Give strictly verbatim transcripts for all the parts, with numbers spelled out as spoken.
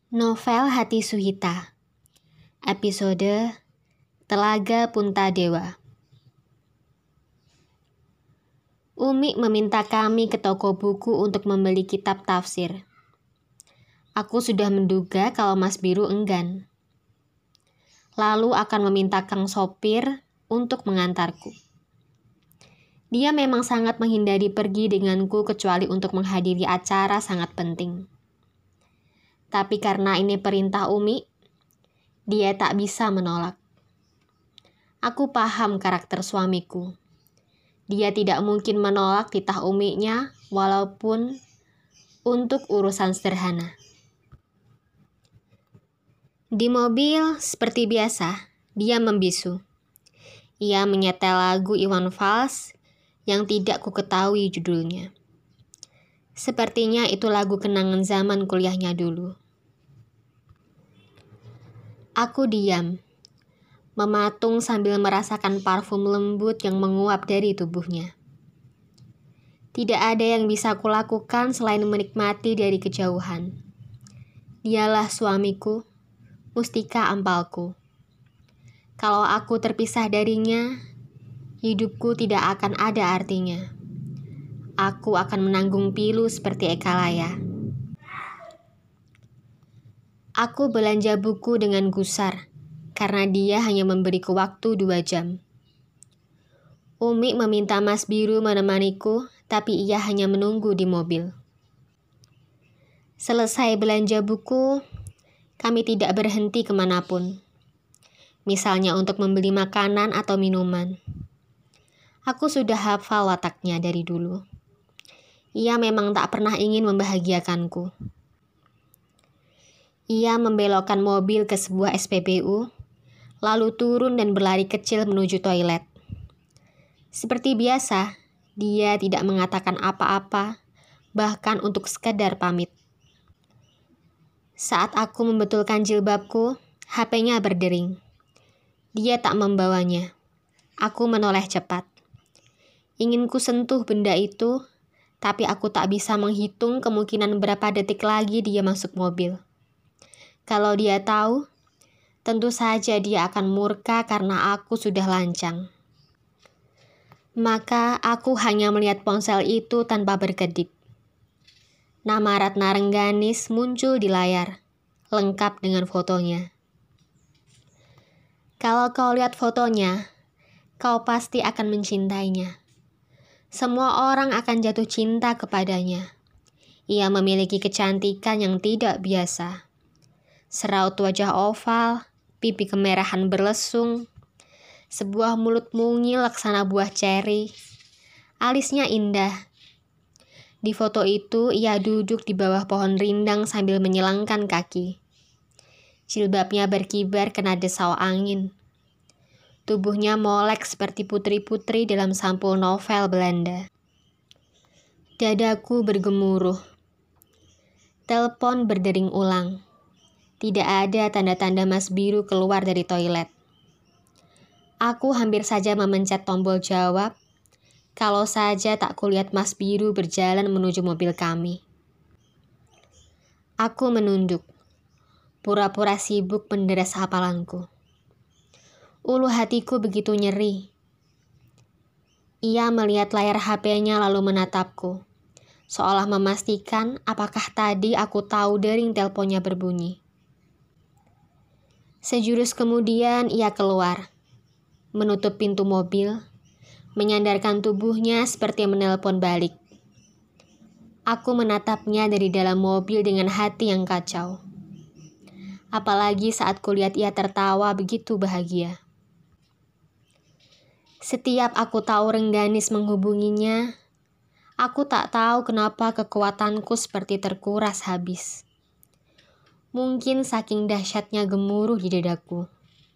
Novel Hati Suhita, episode Telaga Puntadewa. Umi meminta kami ke toko buku untuk membeli kitab tafsir. Aku sudah menduga kalau Mas Biru enggan. Lalu akan meminta kang sopir untuk mengantarku. Dia memang sangat menghindari pergi denganku kecuali untuk menghadiri acara sangat penting. Tapi karena ini perintah Umi, dia tak bisa menolak. Aku paham karakter suamiku. Dia tidak mungkin menolak titah Uminya walaupun untuk urusan sederhana. Di mobil, seperti biasa, dia membisu. Ia menyetel lagu Iwan Fals yang tidak ku ketahui judulnya. Sepertinya itu lagu kenangan zaman kuliahnya dulu. Aku diam, mematung sambil merasakan parfum lembut yang menguap dari tubuhnya. Tidak ada yang bisa kulakukan selain menikmati dari kejauhan. Dialah suamiku, mustika ampalku. Kalau aku terpisah darinya, hidupku tidak akan ada artinya. Aku akan menanggung pilu seperti Ekalaya. Aku belanja buku dengan gusar, karena dia hanya memberiku waktu dua jam. Umi meminta Mas Biru menemaniku, tapi ia hanya menunggu di mobil. Selesai belanja buku, kami tidak berhenti kemanapun. Misalnya untuk membeli makanan atau minuman. Aku sudah hafal wataknya dari dulu. Ia memang tak pernah ingin membahagiakanku. Ia membelokkan mobil ke sebuah S P B U, lalu turun dan berlari kecil menuju toilet. Seperti biasa, dia tidak mengatakan apa-apa, bahkan untuk sekedar pamit. Saat aku membetulkan jilbabku, H P-nya berdering. Dia tak membawanya. Aku menoleh cepat. Ingin ku sentuh benda itu, tapi aku tak bisa menghitung kemungkinan berapa detik lagi dia masuk mobil. Kalau dia tahu, tentu saja dia akan murka karena aku sudah lancang. Maka aku hanya melihat ponsel itu tanpa berkedip. Nama Ratna Rengganis muncul di layar, lengkap dengan fotonya. Kalau kau lihat fotonya, kau pasti akan mencintainya. Semua orang akan jatuh cinta kepadanya. Ia memiliki kecantikan yang tidak biasa. Seraut wajah oval, pipi kemerahan berlesung, sebuah mulut mungil laksana buah ceri. Alisnya indah. Di foto itu ia duduk di bawah pohon rindang sambil menyilangkan kaki. Jilbabnya berkibar kena desau angin. Tubuhnya molek seperti putri-putri dalam sampul novel Belanda. Dadaku bergemuruh. Telepon berdering ulang. Tidak ada tanda-tanda Mas Biru keluar dari toilet. Aku hampir saja memencet tombol jawab, kalau saja tak kulihat Mas Biru berjalan menuju mobil kami. Aku menunduk, pura-pura sibuk menderes hafalanku. Ulu hatiku begitu nyeri. Ia melihat layar H P-nya lalu menatapku, seolah memastikan apakah tadi aku tahu dering teleponnya berbunyi. Sejurus kemudian ia keluar, menutup pintu mobil, menyandarkan tubuhnya seperti menelpon balik. Aku menatapnya dari dalam mobil dengan hati yang kacau. Apalagi saat kulihat ia tertawa begitu bahagia. Setiap aku tahu Rengganis menghubunginya, aku tak tahu kenapa kekuatanku seperti terkuras habis. Mungkin saking dahsyatnya gemuruh di dadaku.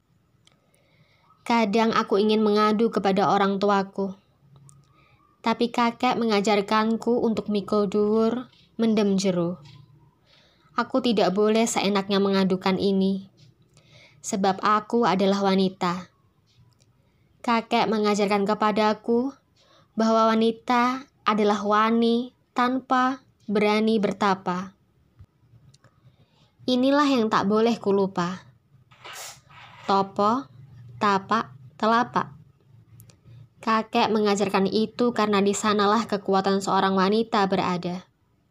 Kadang aku ingin mengadu kepada orang tuaku. Tapi kakek mengajarkanku untuk mikul dhuwur, mendem jero. Aku tidak boleh seenaknya mengadukan ini. Sebab aku adalah wanita. Kakek mengajarkan kepadaku bahwa wanita adalah wani tanpa berani bertapa. Inilah yang tak boleh kulupa. Topo, tapak, telapak. Kakek mengajarkan itu karena di sanalah kekuatan seorang wanita berada.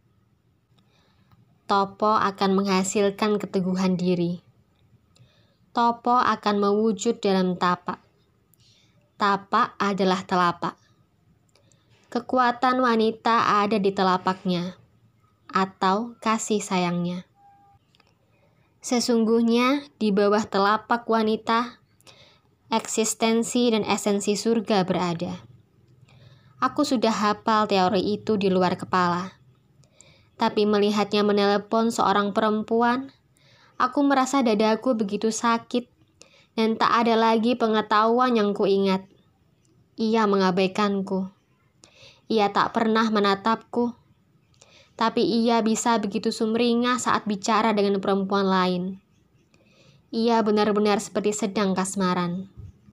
Topo akan menghasilkan keteguhan diri. Topo akan mewujud dalam tapak. Tapak adalah telapak. Kekuatan wanita ada di telapaknya, atau kasih sayangnya. Sesungguhnya di bawah telapak wanita, eksistensi dan esensi surga berada. Aku sudah hafal teori itu di luar kepala. Tapi melihatnya menelepon seorang perempuan, aku merasa dadaku begitu sakit dan tak ada lagi pengetahuan yang kuingat. Ia mengabaikanku. Ia tak pernah menatapku. Tapi ia bisa begitu sumringah saat bicara dengan perempuan lain. Ia benar-benar seperti sedang kasmaran.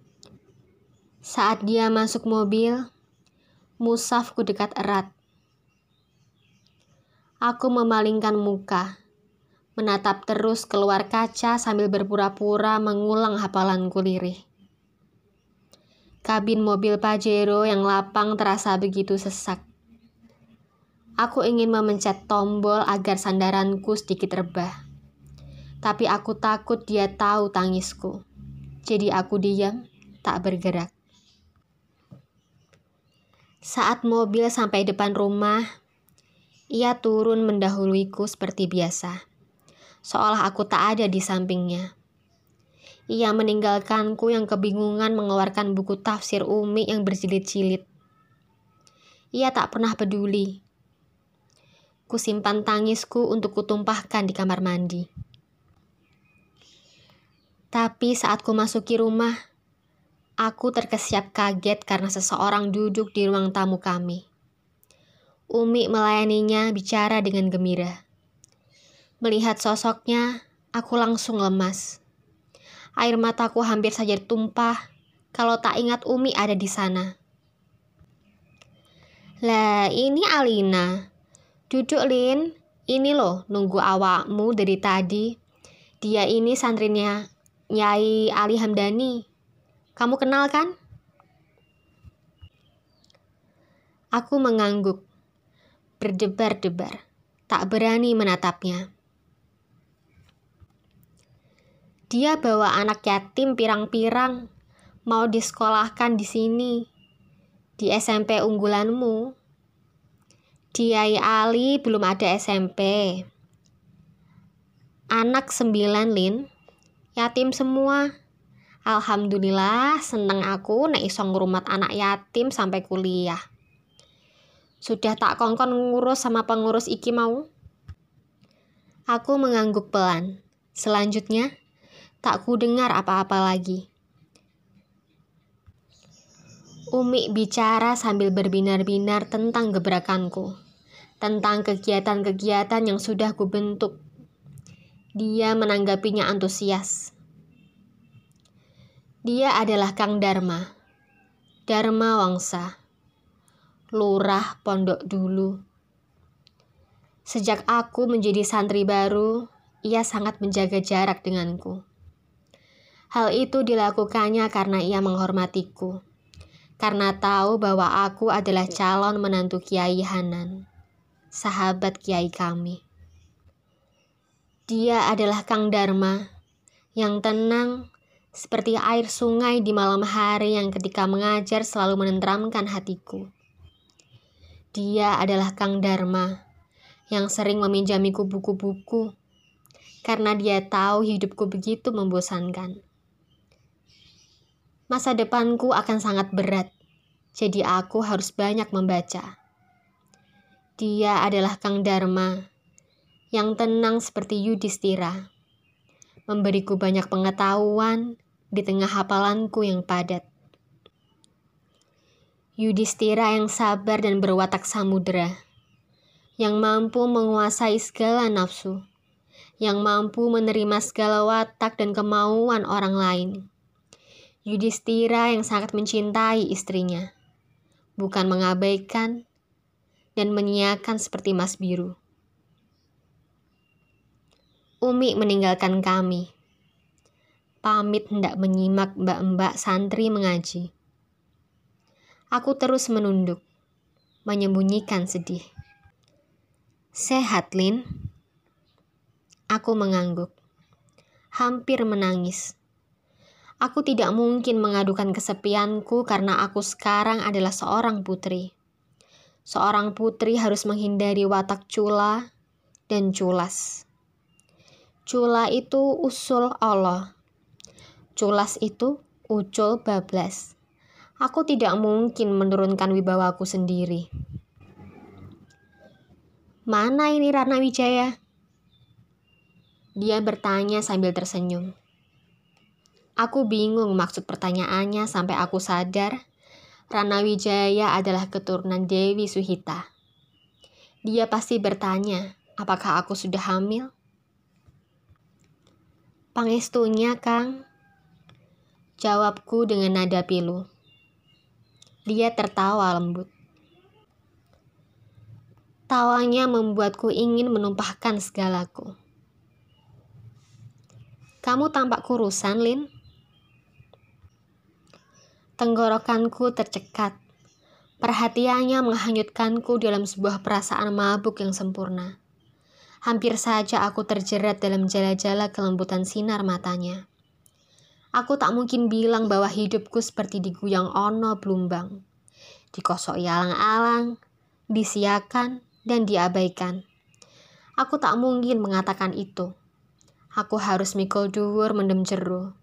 Saat dia masuk mobil, musafku dekat erat. Aku memalingkan muka, menatap terus keluar kaca sambil berpura-pura mengulang hafalanku lirih. Kabin mobil Pajero yang lapang terasa begitu sesak. Aku ingin memencet tombol agar sandaranku sedikit rebah. Tapi aku takut dia tahu tangisku. Jadi aku diam, tak bergerak. Saat mobil sampai depan rumah, ia turun mendahuluiku seperti biasa. Seolah aku tak ada di sampingnya. Ia meninggalkanku yang kebingungan mengeluarkan buku tafsir Umi yang berjilid-jilid. Ia tak pernah peduli. Kusimpan tangisku untuk kutumpahkan di kamar mandi. Tapi saat ku masuki rumah, aku terkesiap kaget karena seseorang duduk di ruang tamu kami. Umi melayaninya bicara dengan gembira. Melihat sosoknya, aku langsung lemas. Air mataku hampir saja tumpah kalau tak ingat Umi ada di sana. Lah, ini Alina. Duduk, Lin. Ini loh nunggu awakmu dari tadi. Dia ini santrinya Nyai Ali Hamdani. Kamu kenal kan? Aku mengangguk, berdebar-debar, tak berani menatapnya. Dia bawa anak yatim pirang-pirang, mau disekolahkan di sini, di S M P unggulanmu. Nyai Ali belum ada S M P. Anak sembilan, Lin. Yatim semua. Alhamdulillah, seneng aku nek iso ngrumat anak yatim sampai kuliah. Sudah tak kongkon ngurus sama pengurus iki mau. Aku mengangguk pelan. Selanjutnya, tak ku dengar apa-apa lagi. Umi bicara sambil berbinar-binar tentang gebrakanku, tentang kegiatan-kegiatan yang sudah ku bentuk. Dia menanggapinya antusias. Dia adalah Kang Dharma, Dharma Wangsa, lurah Pondok Dulu. Sejak aku menjadi santri baru, ia sangat menjaga jarak denganku. Hal itu dilakukannya karena ia menghormatiku, karena tahu bahwa aku adalah calon menantu Kiai Hanan, sahabat Kiai kami. Dia adalah Kang Dharma yang tenang seperti air sungai di malam hari yang ketika mengajar selalu menenteramkan hatiku. Dia adalah Kang Dharma yang sering meminjamiku buku-buku karena dia tahu hidupku begitu membosankan. Masa depanku akan sangat berat, jadi aku harus banyak membaca. Dia adalah Kang Dharma yang tenang seperti Yudhistira, memberiku banyak pengetahuan di tengah hafalanku yang padat. Yudhistira yang sabar dan berwatak samudera, yang mampu menguasai segala nafsu, yang mampu menerima segala watak dan kemauan orang lain. Yudhistira yang sangat mencintai istrinya, bukan mengabaikan dan menyiakan seperti Mas Biru. Umi meninggalkan kami. Pamit hendak menyimak mbak-mbak santri mengaji. Aku terus menunduk, menyembunyikan sedih. Sehat, Lin? Aku mengangguk, hampir menangis. Aku tidak mungkin mengadukan kesepianku karena aku sekarang adalah seorang putri. Seorang putri harus menghindari watak cula dan culas. Cula itu usul Allah. Culas itu ucul bablas. Aku tidak mungkin menurunkan wibawaku sendiri. Mana ini Rana Wijaya? Dia bertanya sambil tersenyum. Aku bingung maksud pertanyaannya sampai aku sadar Rana Wijaya adalah keturunan Dewi Suhita. Dia pasti bertanya, apakah aku sudah hamil? Pangestunya, Kang. Jawabku dengan nada pilu. Dia tertawa lembut. Tawanya membuatku ingin menumpahkan segalaku. Kamu tampak kurusan, Lin. Tenggorokanku tercekat. Perhatiannya menghanyutkanku dalam sebuah perasaan mabuk yang sempurna. Hampir saja aku terjerat dalam jala-jala kelembutan sinar matanya. Aku tak mungkin bilang bahwa hidupku seperti diguyang ono blumbang, dikosoki alang-alang, disiakan, dan diabaikan. Aku tak mungkin mengatakan itu. Aku harus mikul dhuwur mendem jero.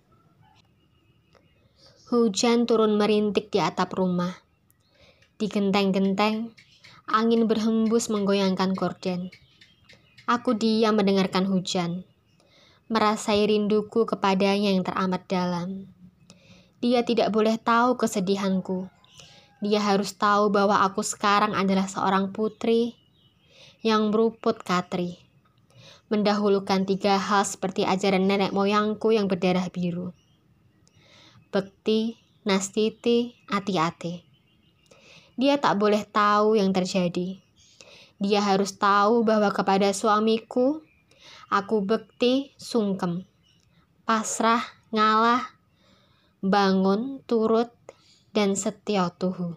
Hujan turun merintik di atap rumah. Di genteng-genteng, angin berhembus menggoyangkan gorden. Aku diam mendengarkan hujan, merasai rinduku kepadanya yang teramat dalam. Dia tidak boleh tahu kesedihanku. Dia harus tahu bahwa aku sekarang adalah seorang putri yang meruput katri, mendahulukan tiga hal seperti ajaran nenek moyangku yang berdarah biru. Bekti, nastiti, ati-ati. Dia tak boleh tahu yang terjadi. Dia harus tahu bahwa kepada suamiku, aku bekti, sungkem, pasrah, ngalah, bangun, turut, dan setia tuhu.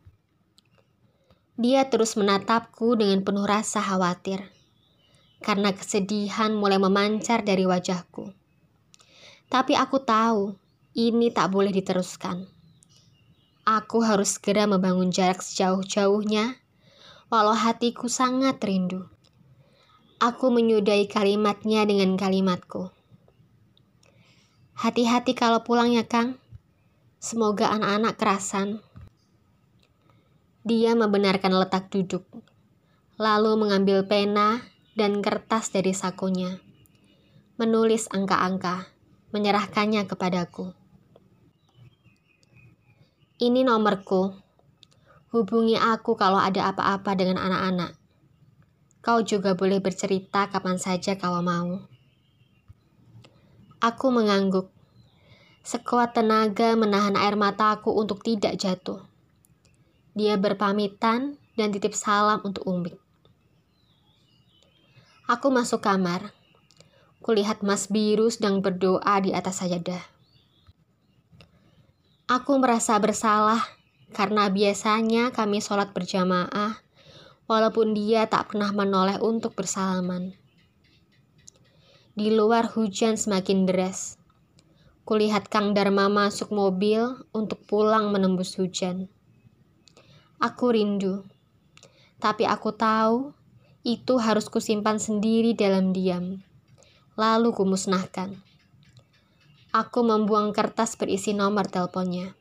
Dia terus menatapku dengan penuh rasa khawatir, karena kesedihan mulai memancar dari wajahku. Tapi aku tahu, ini tak boleh diteruskan. Aku harus segera membangun jarak sejauh-jauhnya, walau hatiku sangat rindu. Aku menyudahi kalimatnya dengan kalimatku. Hati-hati kalau pulang ya, Kang. Semoga anak-anak kerasan. Dia membenarkan letak duduk, lalu mengambil pena dan kertas dari sakunya, menulis angka-angka, menyerahkannya kepadaku. Ini nomorku. Hubungi aku kalau ada apa-apa dengan anak-anak. Kau juga boleh bercerita kapan saja kalau mau. Aku mengangguk. Sekuat tenaga menahan air mataku untuk tidak jatuh. Dia berpamitan dan titip salam untuk Umi. Aku masuk kamar. Kulihat Mas Biru sedang berdoa di atas sajadah. Aku merasa bersalah karena biasanya kami sholat berjamaah, walaupun dia tak pernah menoleh untuk bersalaman. Di luar hujan semakin deras. Kulihat Kang Dharma masuk mobil untuk pulang menembus hujan. Aku rindu, tapi aku tahu itu harus kusimpan sendiri dalam diam, lalu kumusnahkan. Aku membuang kertas berisi nomor teleponnya.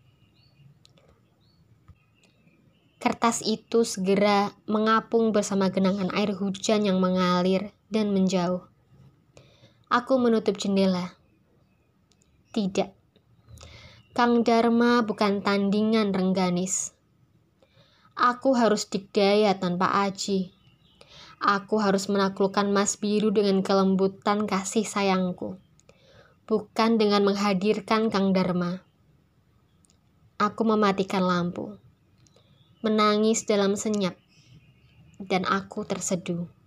Kertas itu segera mengapung bersama genangan air hujan yang mengalir dan menjauh. Aku menutup jendela. Tidak, Kang Dharma bukan tandingan Rengganis. Aku harus dikdaya tanpa aji. Aku harus menaklukkan Mas Biru dengan kelembutan kasih sayangku, bukan dengan menghadirkan Kang Dharma. Aku mematikan lampu, menangis dalam senyap, dan aku terseduh.